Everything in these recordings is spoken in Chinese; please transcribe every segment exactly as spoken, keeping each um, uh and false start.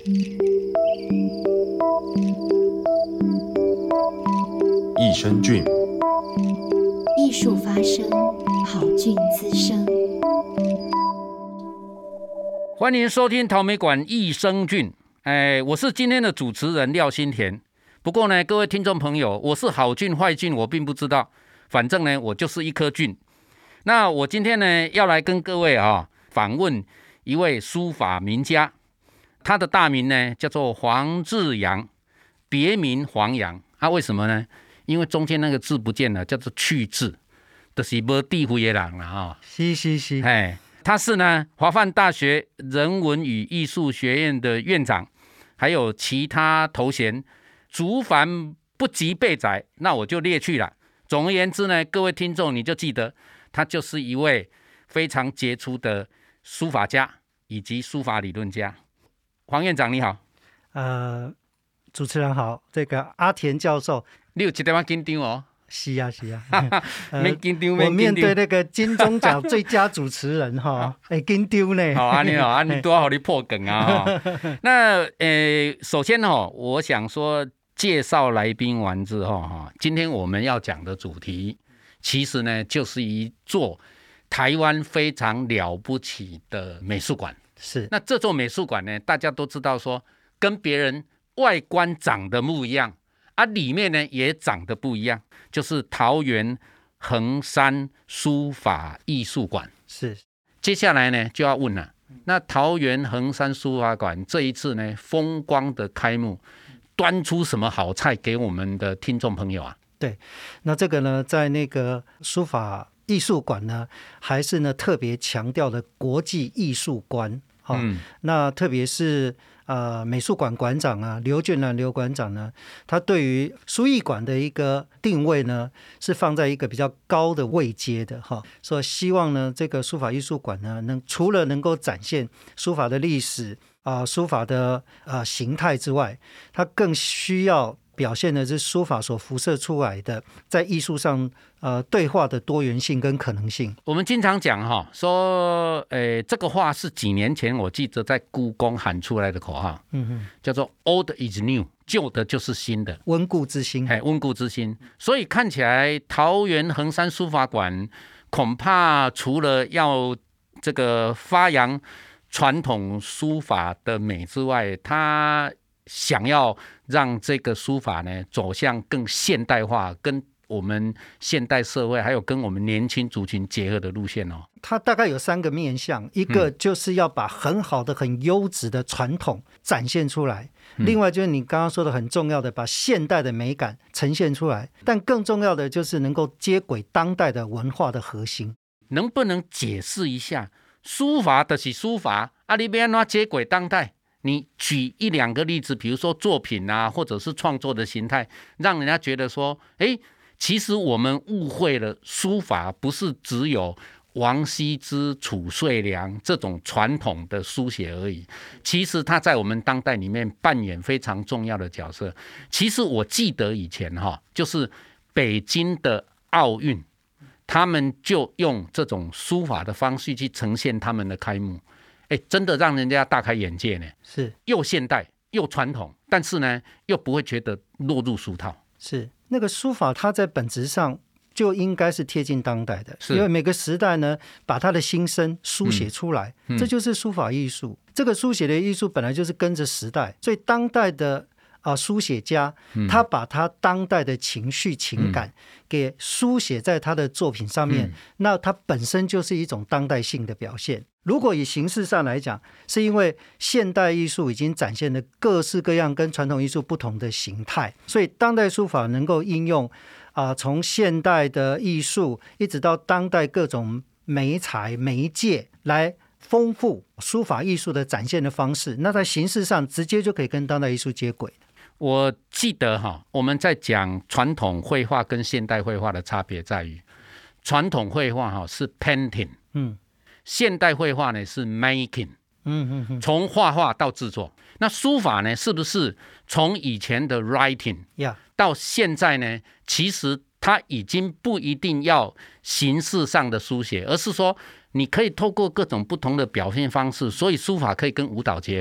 益生菌。 艺术发声，好菌滋生。 欢迎收听桃美馆益生菌。哎，我是今天的主持人廖新田。不过呢，各位听众朋友，我是好菌坏菌我并不知道，反正呢，我就是一颗菌。那我今天呢，要来跟各位啊访问一位书法名家，他的大名呢叫做黄志扬，别名黄洋。啊，为什么呢？因为中间那个字不见了，叫做去字，就是没地位的人了啊。 是是是， 哎，他是呢华梵大学人文与艺术学院的院长，还有其他头衔，竹繁不及备载，那我就列去了。总而言之呢，各位听众你就记得，他就是一位非常杰出的书法家以及书法理论家。黄院长你好。 呃，主持人好，这个阿田教授。 你有一点紧张哦？ 是啊是啊， 呃、没紧张， 我面对那个金钟奖最佳主持人哈，哎，紧张呢。 好，安尼好，安尼多好，你破梗啊！那呃，首先哦，我想说介绍来宾完之后哈，今天我们要讲的主题，其实呢就是一座台湾非常了不起的美术馆。 是， 那这座美术馆呢，大家都知道说，跟别人外观长得不一样。啊，里面呢也长得不一样，就是桃园衡山书法艺术馆。 是， 接下来呢就要问了，那桃园衡山书法馆这一次呢风光的开幕，端出什么好菜给我们的听众朋友啊？ 对，那这个呢，在那个书法艺术馆呢，还是呢特别强调的国际艺术观。哦嗯、那特别是呃美术馆馆长啊刘俊南刘馆长呢，他对于书艺馆的一个定位呢是放在一个比较高的位阶的哈，所以希望呢这个书法艺术馆呢能除了能够展现书法的历史啊、呃、书法的呃形态之外，它更需要表现的是书法所辐射出来的在艺术上呃对话的多元性跟可能性。 我们经常讲哈，说呃这个话是几年前我记得在故宫喊出来的口号，嗯哼，叫做 Old is new， 旧的就是新的， 温故知新。 哎，温故知新。所以看起来桃园衡山书法馆恐怕除了要这个发扬传统书法的美之外，它想要让这个书法呢走向更现代化，跟我们现代社会还有跟我们年轻族群结合的路线哦。 它大概有三个面向，一个就是要把很好的很优质的传统展现出来、嗯、另外就是你刚刚说的很重要的把现代的美感呈现出来，但更重要的就是能够接轨当代的文化的核心。 能不能解释一下，书法就是书法啊，你要怎么接轨当代？你举一两个例子，比如说作品啊，或者是创作的形态，让人家觉得说，哎，其实我们误会了，书法不是只有王羲之、褚遂良这种传统的书写而已，其实它在我们当代里面扮演非常重要的角色。其实我记得以前哈，就是北京的奥运，他们就用这种书法的方式去呈现他们的开幕。哎，真的让人家大开眼界呢，是又现代又传统，但是呢又不会觉得落入俗套。 是那个书法，它在本质上就应该是贴近当代的，因为每个时代呢把它的心声书写出来、嗯嗯、这就是书法艺术。这个书写的艺术本来就是跟着时代，所以当代的啊，书写家他把他当代的情绪情感给书写在他的作品上面、嗯、那它本身就是一种当代性的表现。如果以形式上来讲，是因为现代艺术已经展现了各式各样跟传统艺术不同的形态，所以当代书法能够应用啊、呃，从现代的艺术一直到当代各种媒材媒介来丰富书法艺术的展现的方式，那在形式上直接就可以跟当代艺术接轨。 我记得哈，我们在讲传统绘画跟现代绘画的差别在于，传统绘画哈是 painting， 嗯，现代绘画呢是 making， 嗯嗯嗯，从画画到制作。那书法呢，是不是从以前的 writing， 到现在呢，其实它已经不一定要形式上的书写，而是说你可以透过各种不同的表现方式，所以书法可以跟舞蹈结合。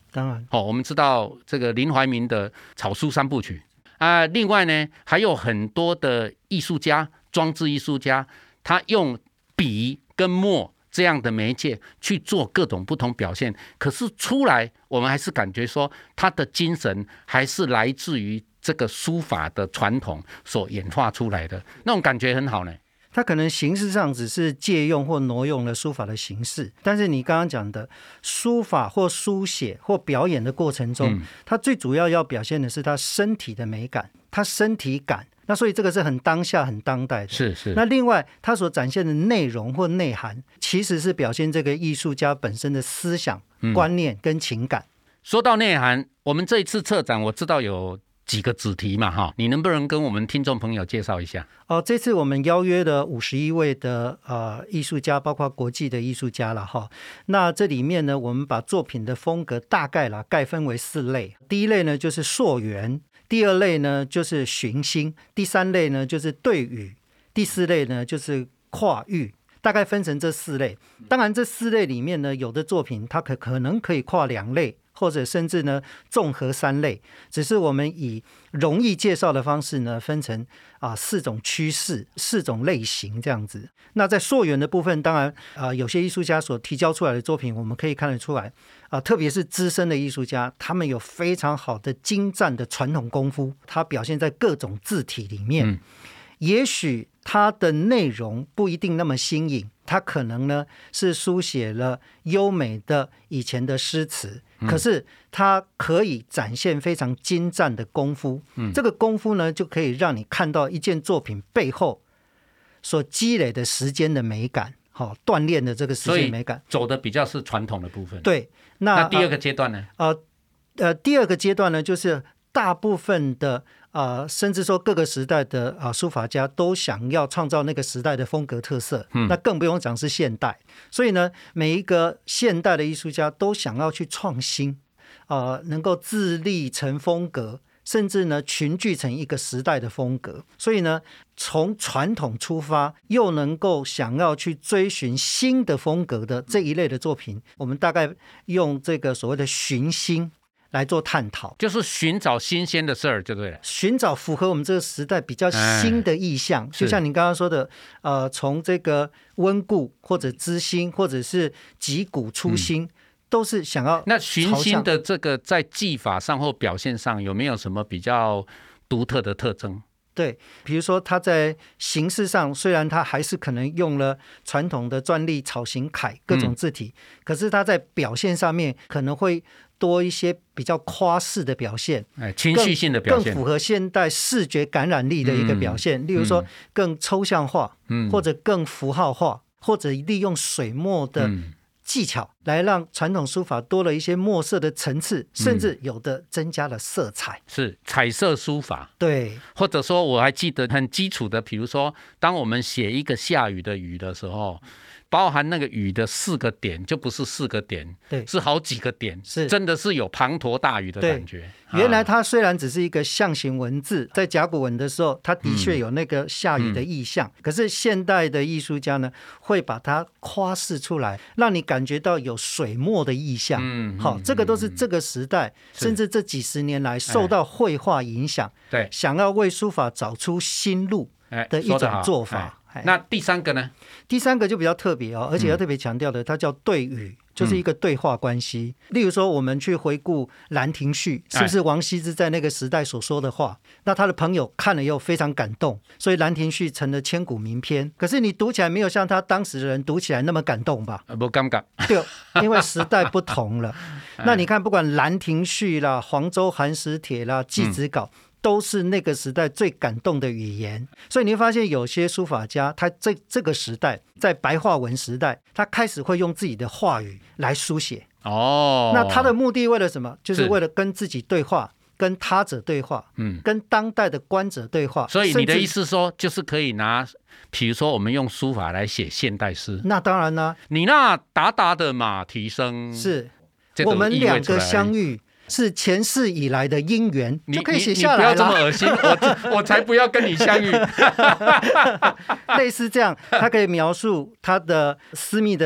当然， 哦，我们知道这个林怀民的草书三部曲啊、呃，另外呢，还有很多的艺术家、装置艺术家，他用笔跟墨这样的媒介去做各种不同表现，可是出来我们还是感觉说，他的精神还是来自于这个书法的传统所演化出来的，那种感觉很好呢。 它可能形式上只是借用或挪用了书法的形式，但是你刚刚讲的书法或书写或表演的过程中，嗯、它最主要要表现的是它身体的美感，它身体感。那所以这个是很当下很当代的。 是是。 那另外它所展现的内容或内涵，其实是表现这个艺术家本身的思想、嗯、观念跟情感。 说到内涵，我们这一次策展我知道有几个主题嘛，哈，你能不能跟我们听众朋友介绍一下？ 哦，这次我们邀约了五十一位的呃艺术家，包括国际的艺术家了哈。那这里面呢，我们把作品的风格大概啦概分为四类。第一类呢就是溯源，第二类呢就是寻心，第三类呢就是对语，第四类呢就是跨域。大概分成这四类。当然，这四类里面呢，有的作品它可可能可以跨两类。或者甚至呢综合三类，只是我们以容易介绍的方式呢分成啊四种趋势、四种类型这样子。那在溯源的部分，当然啊有些艺术家所提交出来的作品，我们可以看得出来啊，特别是资深的艺术家，他们有非常好的精湛的传统功夫，它表现在各种字体里面。嗯、也许它的内容不一定那么新颖，它可能呢是书写了优美的以前的诗词。可是它可以展现非常精湛的功夫、嗯、这个功夫呢就可以让你看到一件作品背后所积累的时间的美感、哦、锻炼的这个时间美感， 走的比较是传统的部分。 对， 那, 那第二个阶段呢、 呃呃、第二个阶段呢就是大部分的呃，甚至说各个时代的、呃、书法家都想要创造那个时代的风格特色、嗯、那更不用讲是现代。所以呢，每一个现代的艺术家都想要去创新、呃、能够自立成风格，甚至呢群聚成一个时代的风格。所以呢，从传统出发，又能够想要去追寻新的风格的这一类的作品，我们大概用这个所谓的寻新来做探讨， 就是寻找新鲜的事儿就对了， 寻找符合我们这个时代比较新的意象、哎、就像你刚刚说的呃，从这个温故或者知新或者是击鼓出新、嗯、都是想要。 那寻新的这个在技法上或表现上有没有什么比较独特的特征？ 对，比如说他在形式上虽然他还是可能用了传统的篆隶、草行楷各种字体、嗯、可是他在表现上面可能会多一些比较夸饰的表现、 哎、情绪性的表现， 更符合现代视觉感染力的一个表现、嗯、例如说更抽象化、嗯、或者更符号化，或者利用水墨的技巧来让传统书法多了一些墨色的层次，甚至有的增加了色彩、嗯、是彩色书法。 对， 或者说我还记得很基础的，比如说当我们写一个下雨的雨的时候，包含那个雨的四个点就不是四个点，对，是好几个点，是真的是有滂沱大雨的感觉。 原来它虽然只是一个象形文字，在甲骨文的时候它的确有那个下雨的意象、嗯、可是现代的艺术家呢会把它夸饰出来，让你感觉到有水墨的意象、嗯、好，这个都是这个时代甚至这几十年来受到绘画影响、哎、想要为书法找出新路的一种做法、 哎、那第三个呢？ 第三个就比较特别哦，而且要特别强调的，它叫对语，就是一个对话关系、嗯、例如说我们去回顾《兰亭序》，是不是王羲之在那个时代所说的话、哎、那他的朋友看了以后非常感动，所以《兰亭序》成了千古名篇。可是你读起来没有像他当时的人读起来那么感动吧？ 不感觉， 对，因为时代不同了那你看不管《兰亭序》啦、黄州寒食帖啦、祭子稿、嗯，都是那个时代最感动的语言。所以你会发现有些书法家他在这个时代，在白话文时代，他开始会用自己的话语来书写哦。那他的目的为了什么？就是为了跟自己对话，跟他者对话、嗯、跟当代的观者对话。 所以你的意思说就是可以拿比如说我们用书法来写现代诗。 那当然啦， 你那达达的马蹄声， 是我们两个相遇是前世以来的姻缘，就可以写下来了。 你不要这么恶心我, 我才不要跟你相遇类似这样，他可以描述他的私密的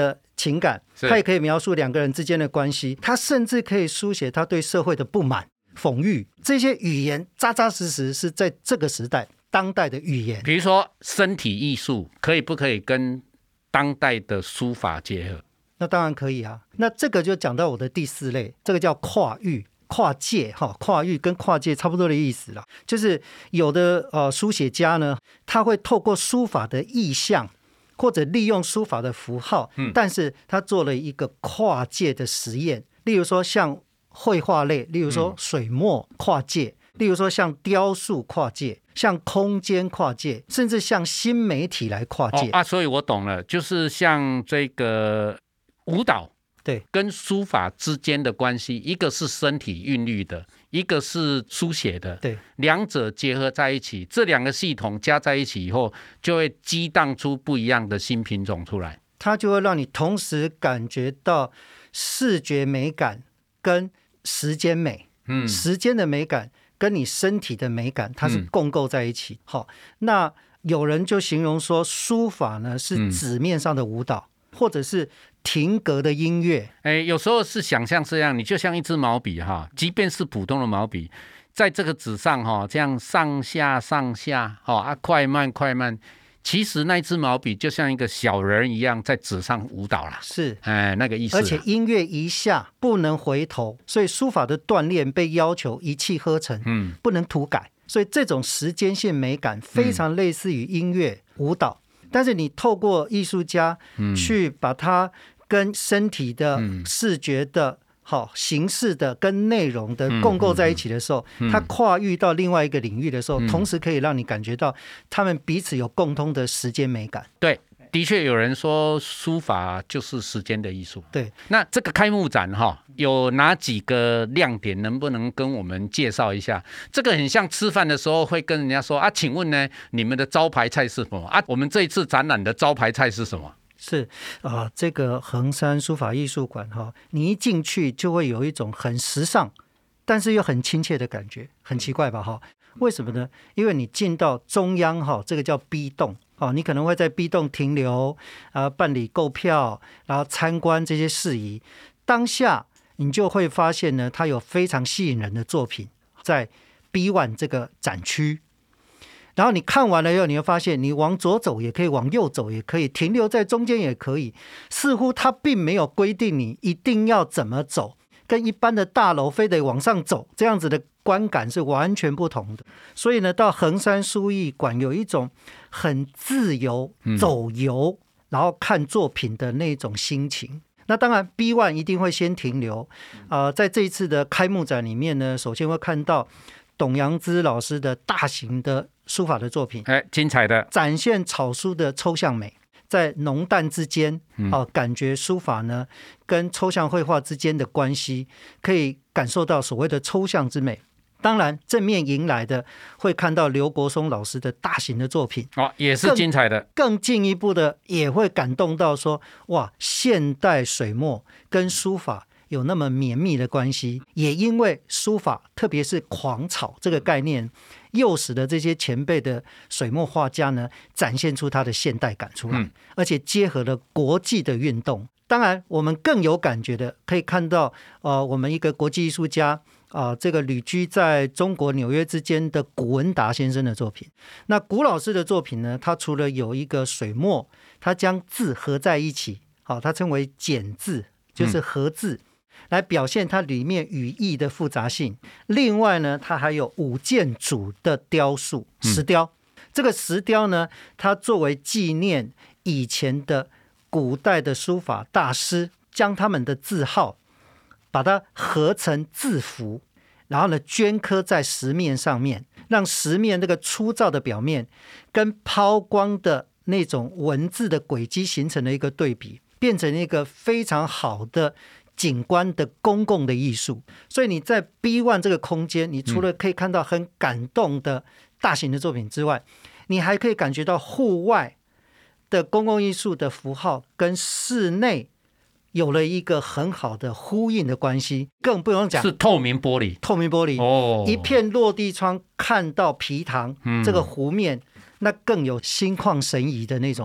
情感，他也可以描述两个人之间的关系，他甚至可以书写他对社会的不满、讽喻。这些语言扎扎实实是在这个时代当代的语言。 比如说身体艺术可以不可以跟当代的书法结合？ 那当然可以啊。那这个就讲到我的第四类，这个叫跨域。跨界哈，跨域跟跨界差不多的意思啦，就是有的呃书写家呢，他会透过书法的意象，或者利用书法的符号，嗯、但是他做了一个跨界的实验，例如说像绘画类，例如说水墨跨界，嗯、例如说像雕塑跨界，像空间跨界，甚至像新媒体来跨界。 哦啊，所以我懂了，就是像这个舞蹈。 对， 跟书法之间的关系，一个是身体韵律的，一个是书写的， 对， 两者结合在一起，这两个系统加在一起以后，就会激荡出不一样的新品种出来。 它就会让你同时感觉到视觉美感跟时间美，嗯，时间的美感跟你身体的美感，它是共构在一起。好、嗯，那有人就形容说，书法呢是纸面上的舞蹈，嗯、或者是停格的音乐。 哎，有时候是想象这样，你就像一支毛笔哈，即便是普通的毛笔，在这个纸上哈，这样上下上下哈啊，快慢快慢，其实那支毛笔就像一个小人一样，在纸上舞蹈啦。 是， 哎，那个意思。 而且音乐一下不能回头，所以书法的锻炼被要求一气呵成，嗯，不能涂改。所以这种时间性美感非常类似于音乐、嗯、舞蹈，但是你透过艺术家去把它跟身体的、嗯、视觉的、好形式的跟内容的共构在一起的时候、嗯嗯、它跨域到另外一个领域的时候、嗯、同时可以让你感觉到他们彼此有共通的时间美感。 对，的确有人说书法就是时间的艺术。 对， 那这个开幕展哈，有哪几个亮点？能不能跟我们介绍一下？这个很像吃饭的时候会跟人家说啊，请问呢，你们的招牌菜是什么啊？我们这一次展览的招牌菜是什么？ 是啊、呃，这个衡山书法艺术馆哈，你一进去就会有一种很时尚，但是又很亲切的感觉，很奇怪吧哈？为什么呢？因为你进到中央哈，这个叫 B 栋。哦，你可能会在 B 栋停留，啊、呃，办理购票，然后参观这些事宜。当下你就会发现呢，它有非常吸引人的作品在 B 一 这个展区。然后你看完了以后，你会发现，你往左走也可以，往右走也可以，停留在中间也可以。似乎它并没有规定你一定要怎么走，跟一般的大楼非得往上走这样子的观感是完全不同的。所以呢，到衡山书艺馆有一种很自由走游、嗯、然后看作品的那种心情。那当然 B 一 一定会先停留、呃、在这一次的开幕展里面呢，首先会看到董阳孜老师的大型的书法的作品， 哎，精彩的展现草书的抽象美，在浓淡之间、嗯啊、感觉书法呢跟抽象绘画之间的关系，可以感受到所谓的抽象之美。当然正面迎来的会看到刘国松老师的大型的作品、 哦、也是精彩的。 更, 更进一步的也会感动到说，哇，现代水墨跟书法有那么绵密的关系，也因为书法特别是狂草这个概念，诱使的这些前辈的水墨画家呢，展现出他的现代感出来、嗯、而且结合了国际的运动。当然我们更有感觉的可以看到、呃、我们一个国际艺术家啊，这个旅居在中国纽约之间的古文达先生的作品。那古老师的作品呢，他除了有一个水墨，他将字合在一起，好，他称为简字，就是合字、嗯、来表现它里面语义的复杂性。另外呢，它还有五件组的雕塑，石雕、嗯、这个石雕呢，它作为纪念以前的古代的书法大师，将他们的字号把它合成字符，然后呢镌刻在石面上面，让石面那个粗糙的表面跟抛光的那种文字的轨迹形成了一个对比，变成一个非常好的景观的公共的艺术。所以你在 B 一 这个空间，你除了可以看到很感动的大型的作品之外、嗯、你还可以感觉到户外的公共艺术的符号跟室内有了一个很好的呼应的关系。更不用讲是透明玻璃， 透明玻璃、哦、一片落地窗看到皮塘、嗯、这个湖面，那更有心旷神怡的那种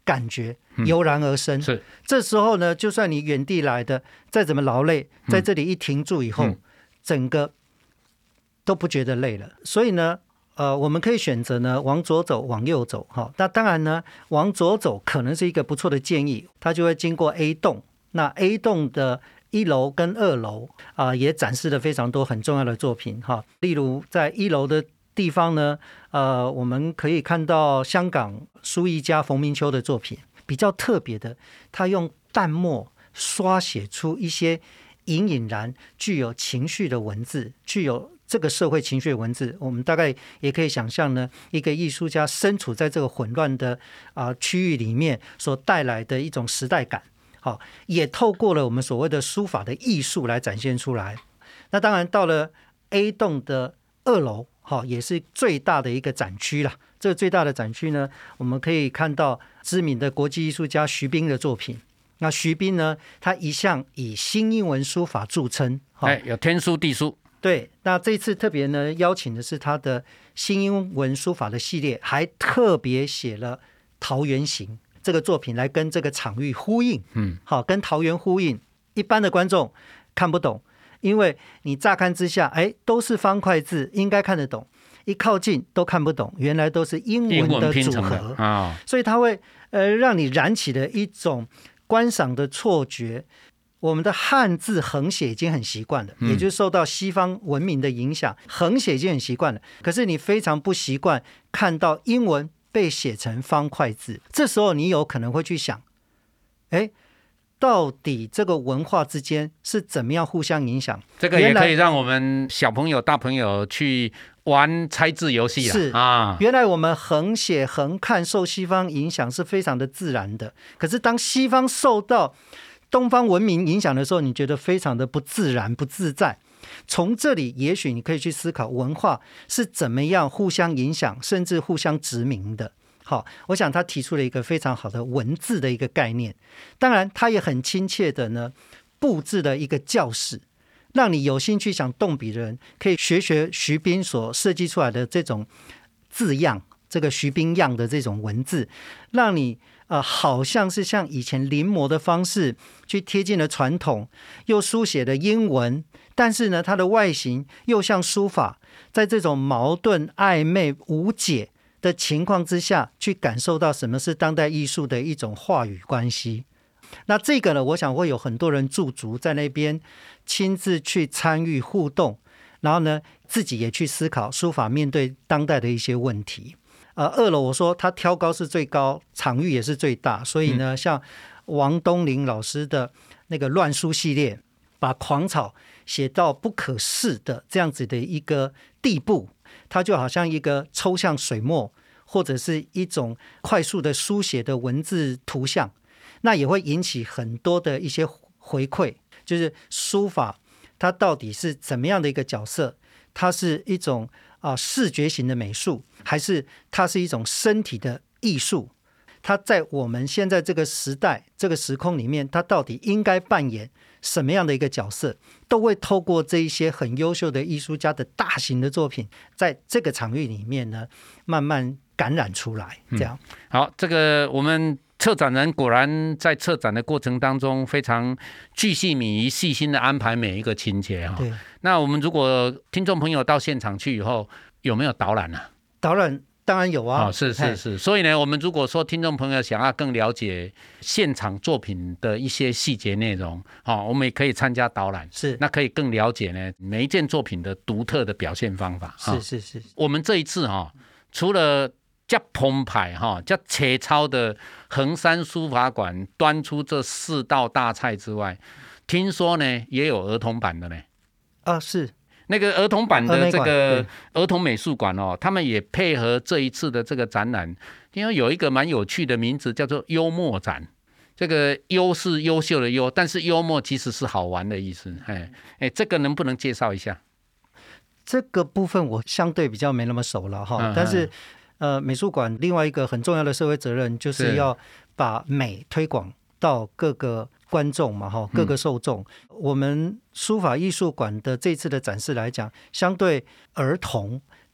感觉油然而生。 嗯、是， 这时候呢，就算你远地来的，再怎么劳累，在这里一停住以后，嗯、整个都不觉得累了。所以呢，呃，我们可以选择呢往左走，往右走。哈，那当然呢，往左走可能是一个不错的建议，它就会经过 A 栋。那 A 栋的一楼跟二楼啊、呃，也展示了非常多很重要的作品哈。例如在一楼的地方呢，呃，我们可以看到香港苏艺家冯明秋的作品，比较特别的，他用淡墨刷写出一些隐隐然具有情绪的文字，具有这个社会情绪的文字。我们大概也可以想象呢，一个艺术家身处在这个混乱的啊、呃、区域里面所带来的一种时代感。好，也透过了我们所谓的书法的艺术来展现出来。那当然到了 A 栋的二楼，好，也是最大的一个展区啦。这个最大的展区呢，我们可以看到知名的国际艺术家徐冰的作品。那徐冰呢，他一向以新英文书法著称， 哎，有天书地书。 对，那这次特别呢邀请的是他的新英文书法的系列，还特别写了桃源行这个作品来跟这个场域呼应，嗯，好，跟桃源呼应。一般的观众看不懂，因为你乍看之下，哎，都是方块字，应该看得懂。一靠近都看不懂，原来都是英文的组合啊、哦，所以它会呃让你燃起了一种观赏的错觉。我们的汉字横写已经很习惯了，嗯、也就是受到西方文明的影响，横写已经很习惯了。可是你非常不习惯看到英文被写成方块字，这时候你有可能会去想，哎，到底这个文化之间是怎么样互相影响？ 这个也可以让我们小朋友、大朋友去玩猜字游戏是啊。原来我们横写横看受西方影响是非常的自然的，可是当西方受到东方文明影响的时候，你觉得非常的不自然、不自在。从这里也许你可以去思考文化是怎么样互相影响甚至互相殖民的。好，我想他提出了一个非常好的文字的一个概念，当然他也很亲切的呢布置了一个教室，让你有兴趣想动笔的人可以学学徐冰所设计出来的这种字样，这个徐冰样的这种文字，让你呃，好像是像以前临摹的方式去贴近了传统，又书写的英文，但是呢它的外形又像书法，在这种矛盾暧昧无解的情况之下，去感受到什么是当代艺术的一种话语关系。那这个呢，我想会有很多人驻足在那边亲自去参与互动，然后呢自己也去思考书法面对当代的一些问题。呃，二楼我说他挑高是最高，场域也是最大，所以呢，嗯、像王东林老师的那个乱书系列，把狂草写到不可视的这样子的一个地步，它就好像一个抽象水墨，或者是一种快速的书写的文字图像，那也会引起很多的一些回馈，就是书法它到底是怎么样的一个角色？它是一种啊、呃、视觉型的美术，还是它是一种身体的艺术？它在我们现在这个时代、这个时空里面，它到底应该扮演什么样的一个角色？都会透过这一些很优秀的艺术家的大型的作品，在这个场域里面呢，慢慢感染出来。这样、 嗯、好，这个我们策展人果然在策展的过程当中非常巨细靡遗、细心的安排每一个情节哈。那我们如果听众朋友到现场去以后，有没有导览啊？ 导览当然有啊。 哦、是是是。所以呢，我们如果说听众朋友想要更了解现场作品的一些细节内容，哦、我们也可以参加导览。 是， 那可以更了解呢每一件作品的独特的表现方法。 是是是。 我们这一次哈、哦，除了较澎湃哈、较切操的衡山书法馆端出这四道大菜之外，听说呢也有儿童版的呢。 啊，是那个儿童版的这个儿童美术馆哦，他们也配合这一次的这个展览，因为有一个蛮有趣的名字叫做幽默展。这个优是优秀的优，但是幽默其实是好玩的意思。哎哎，这个能不能介绍一下？ 这个部分我相对比较没那么熟了哈，嗯、但是。呃，美术馆另外一个很重要的社会责任就是要把美推广到各个观众嘛，哈，各个受众。嗯、我们书法艺术馆的这次的展示来讲，相对儿童，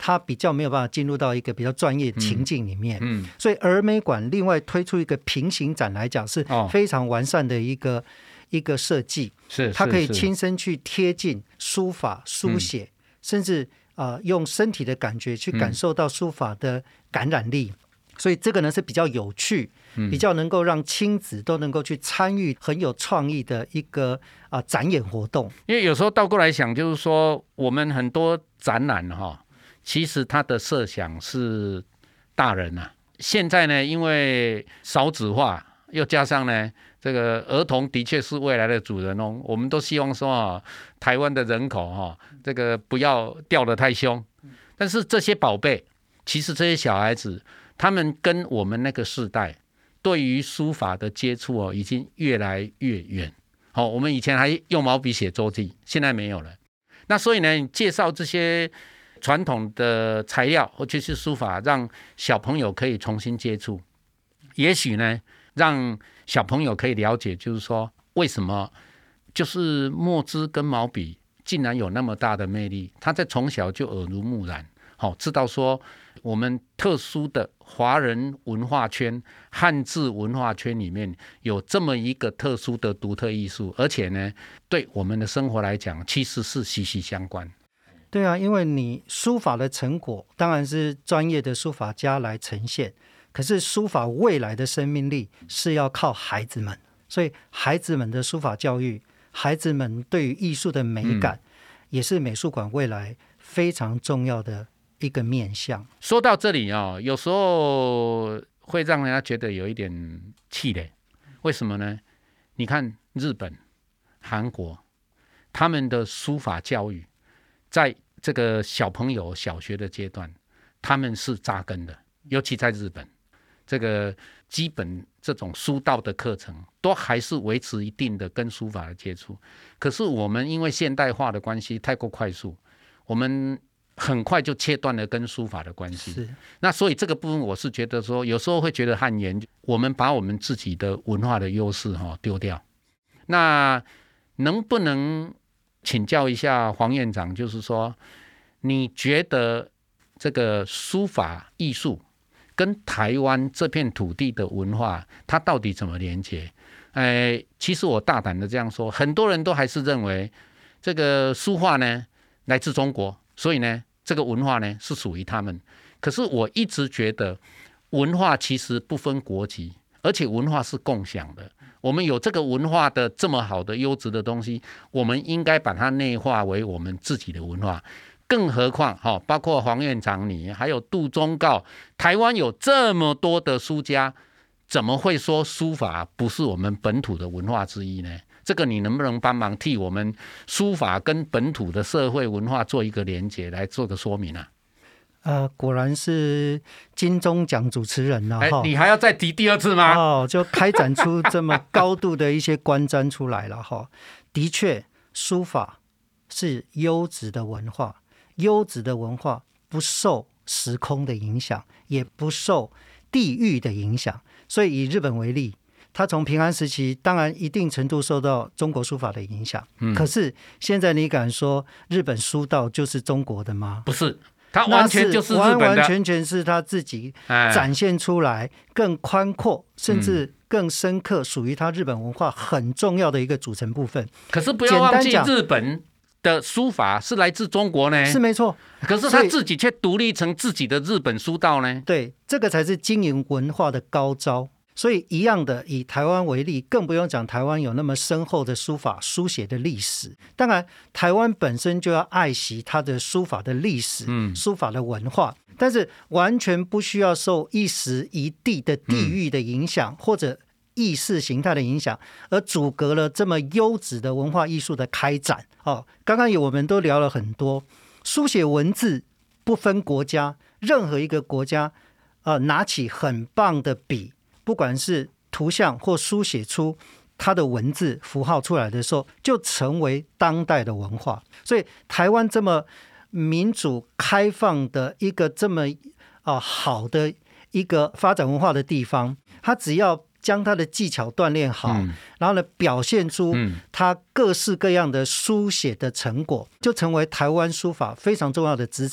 它比较没有办法进入到一个比较专业情境里面。 嗯嗯、 所以儿美馆另外推出一个平行展来讲，是非常完善的一个、哦、一个设计， 是它可以亲身去贴近书法书写，嗯、甚至、呃、用身体的感觉去感受到书法的感染力。嗯、所以这个呢是比较有趣，比较能够让亲子都能够去参与很有创意的一个、呃、展演活动。 因为有时候倒过来想，就是说我们很多展览哈，其实它的设想是大人啊。现在呢，因为少子化，又加上呢，这个儿童的确是未来的主人翁。我们都希望说啊，台湾的人口哈，这个不要掉得太凶。但是这些宝贝，其实这些小孩子，他们跟我们那个世代对于书法的接触哦，已经越来越远。好、哦，我们以前还用毛笔写周记，现在没有了。那所以呢，你介绍这些传统的材料或者是书法，让小朋友可以重新接触，也许呢，让小朋友可以了解，就是说为什么就是墨汁跟毛笔竟然有那么大的魅力。他在从小就耳濡目染，好、哦，知道说我们特殊的华人文化圈、汉字文化圈里面有这么一个特殊的独特艺术，而且呢，对我们的生活来讲，其实是息息相关。 对啊，因为你书法的成果当然是专业的书法家来呈现，可是书法未来的生命力是要靠孩子们，所以孩子们的书法教育，孩子们对于艺术的美感，嗯、也是美术馆未来非常重要的一个面向。 说到这里啊、哦，有时候会让人家觉得有一点气馁，为什么呢？你看日本、韩国，他们的书法教育，在这个小朋友小学的阶段，他们是扎根的，尤其在日本，这个基本这种书道的课程都还是维持一定的跟书法的接触。可是我们因为现代化的关系太过快速，我们很快就切断了跟书法的关系。那所以这个部分我是觉得说，有时候会觉得汗颜，我们把我们自己的文化的优势丢掉。那能不能请教一下黄院长，就是说你觉得这个书法艺术跟台湾这片土地的文化它到底怎么连结？呃，其实我大胆的这样说，很多人都还是认为这个书画呢来自中国，所以呢这个文化呢是属于他们。可是我一直觉得文化其实不分国籍，而且文化是共享的。我们有这个文化的这么好的优质的东西，我们应该把它内化为我们自己的文化。更何况包括黄院长你还有杜忠诰，台湾有这么多的书家，怎么会说书法不是我们本土的文化之一呢？这个你能不能帮忙替我们书法跟本土的社会文化做一个连结，来做个说明啊？ 呃，果然是金钟奖主持人了、啊欸、你还要再提第二次吗？ 哦，就开展出这么高度的一些观瞻出来了哈。的确，书法是优质的文化，优质的文化不受时空的影响，也不受地域的影响。所以以日本为例，它从平安时期当然一定程度受到中国书法的影响、嗯、可是现在你敢说日本书道就是中国的吗？ 不是，它完全就是日本的， 完完全全是他自己展现出来更宽阔、哎、甚至更深刻，属于他日本文化很重要的一个组成部分。 可是不要忘记日本的书法是来自中国呢， 是没错， 可是他自己却独立成自己的日本书道呢。 对，这个才是经营文化的高招。所以一样的，以台湾为例，更不用讲台湾有那么深厚的书法书写的历史。当然台湾本身就要爱惜它的书法的历史、嗯、书法的文化，但是完全不需要受一时一地的地域的影响、嗯、或者意识形态的影响，而阻隔了这么优质的文化艺术的开展。哦，刚刚我们都聊了很多，书写文字不分国家，任何一个国家、呃、拿起很棒的笔，不管是图像或书写出它的文字符号出来的时候，就成为当代的文化。所以台湾这么民主开放的一个这么、呃、好的一个发展文化的地方，它只要将它的技巧锻炼好、嗯、然后呢表现出它各式各样的书写的成果、嗯、就成为台湾书法非常重要的资产。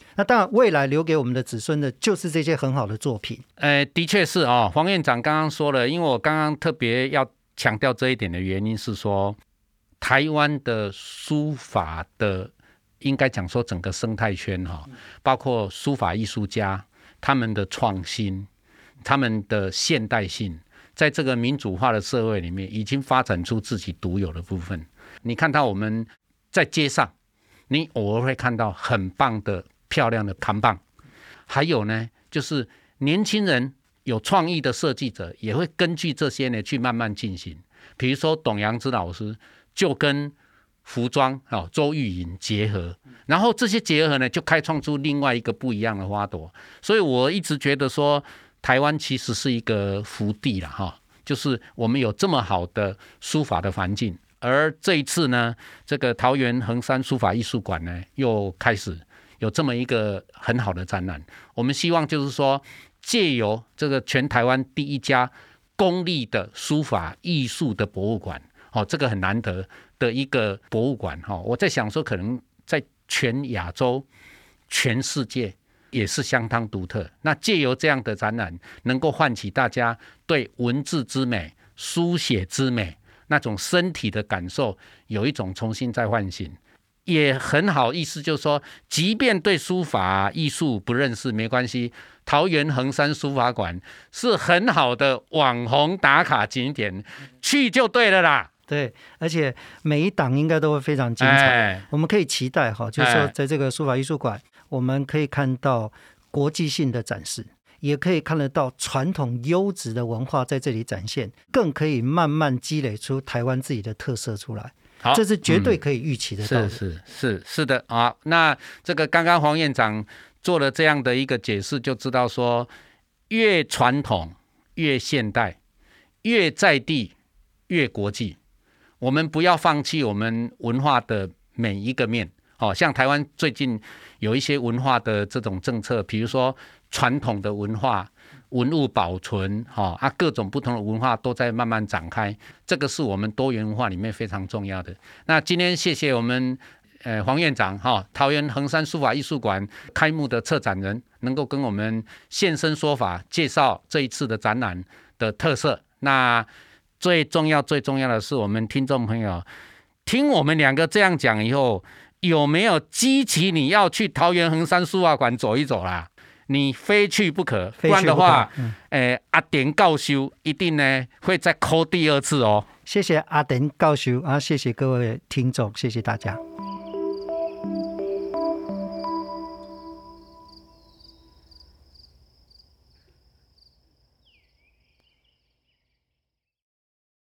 那当然未来留给我们的子孙的就是这些很好的作品。 呃，的确是哦，黄院长刚刚说了，因为我刚刚特别要强调这一点的原因是说，台湾的书法的应该讲说整个生态圈哈，包括书法艺术家他们的创新，他们的现代性，在这个民主化的社会里面，已经发展出自己独有的部分。你看到我们在街上，你偶尔会看到很棒的、漂亮的扛棒，还有呢，就是年轻人有创意的设计者，也会根据这些呢去慢慢进行。比如说董阳之老师就跟服装、哦、周玉莹结合，然后这些结合呢，就开创出另外一个不一样的花朵。所以我一直觉得说，台湾其实是一个福地啦，哈，就是我们有这么好的书法的环境。而这一次呢，这个桃园衡山书法艺术馆呢，又开始有这么一个很好的展览。我们希望就是说，借由这个全台湾第一家公立的书法艺术的博物馆，哦，这个很难得的一个博物馆，哦，我在想说，可能在全亚洲、全世界也是相当独特。那借由这样的展览，能够唤起大家对文字之美、书写之美那种身体的感受，有一种重新再唤醒，也很好意思，就是说，即便对书法艺术不认识没关系，桃园衡山书法馆是很好的网红打卡景点，去就对了啦。 对，而且每一档应该都会非常精彩，哎，我们可以期待哈，就是说在这个书法艺术馆，我们可以看到国际性的展示，也可以看得到传统优质的文化在这里展现，更可以慢慢积累出台湾自己的特色出来。这是绝对可以预期得到的。 嗯、是是是是的啊。那这个刚刚黄院长做了这样的一个解释，就知道说，越传统越现代，越在地越国际。我们不要放弃我们文化的每一个面。哦，像台湾最近有一些文化的这种政策，比如说传统的文化、文物保存，哦啊，各种不同的文化都在慢慢展开，这个是我们多元文化里面非常重要的。那今天谢谢我们呃黄院长哈、哦，桃园衡山书法艺术馆开幕的策展人，能够跟我们现身说法，介绍这一次的展览的特色。那最重要最重要的是，我们听众朋友听我们两个这样讲以后，有没有激起你要去桃园衡山书法馆走一走啦？你非去不可，不然的话，嗯呃、阿典教授一定呢会再 call 第二次哦。 谢谢阿典教授啊，谢谢各位听众，谢谢大家。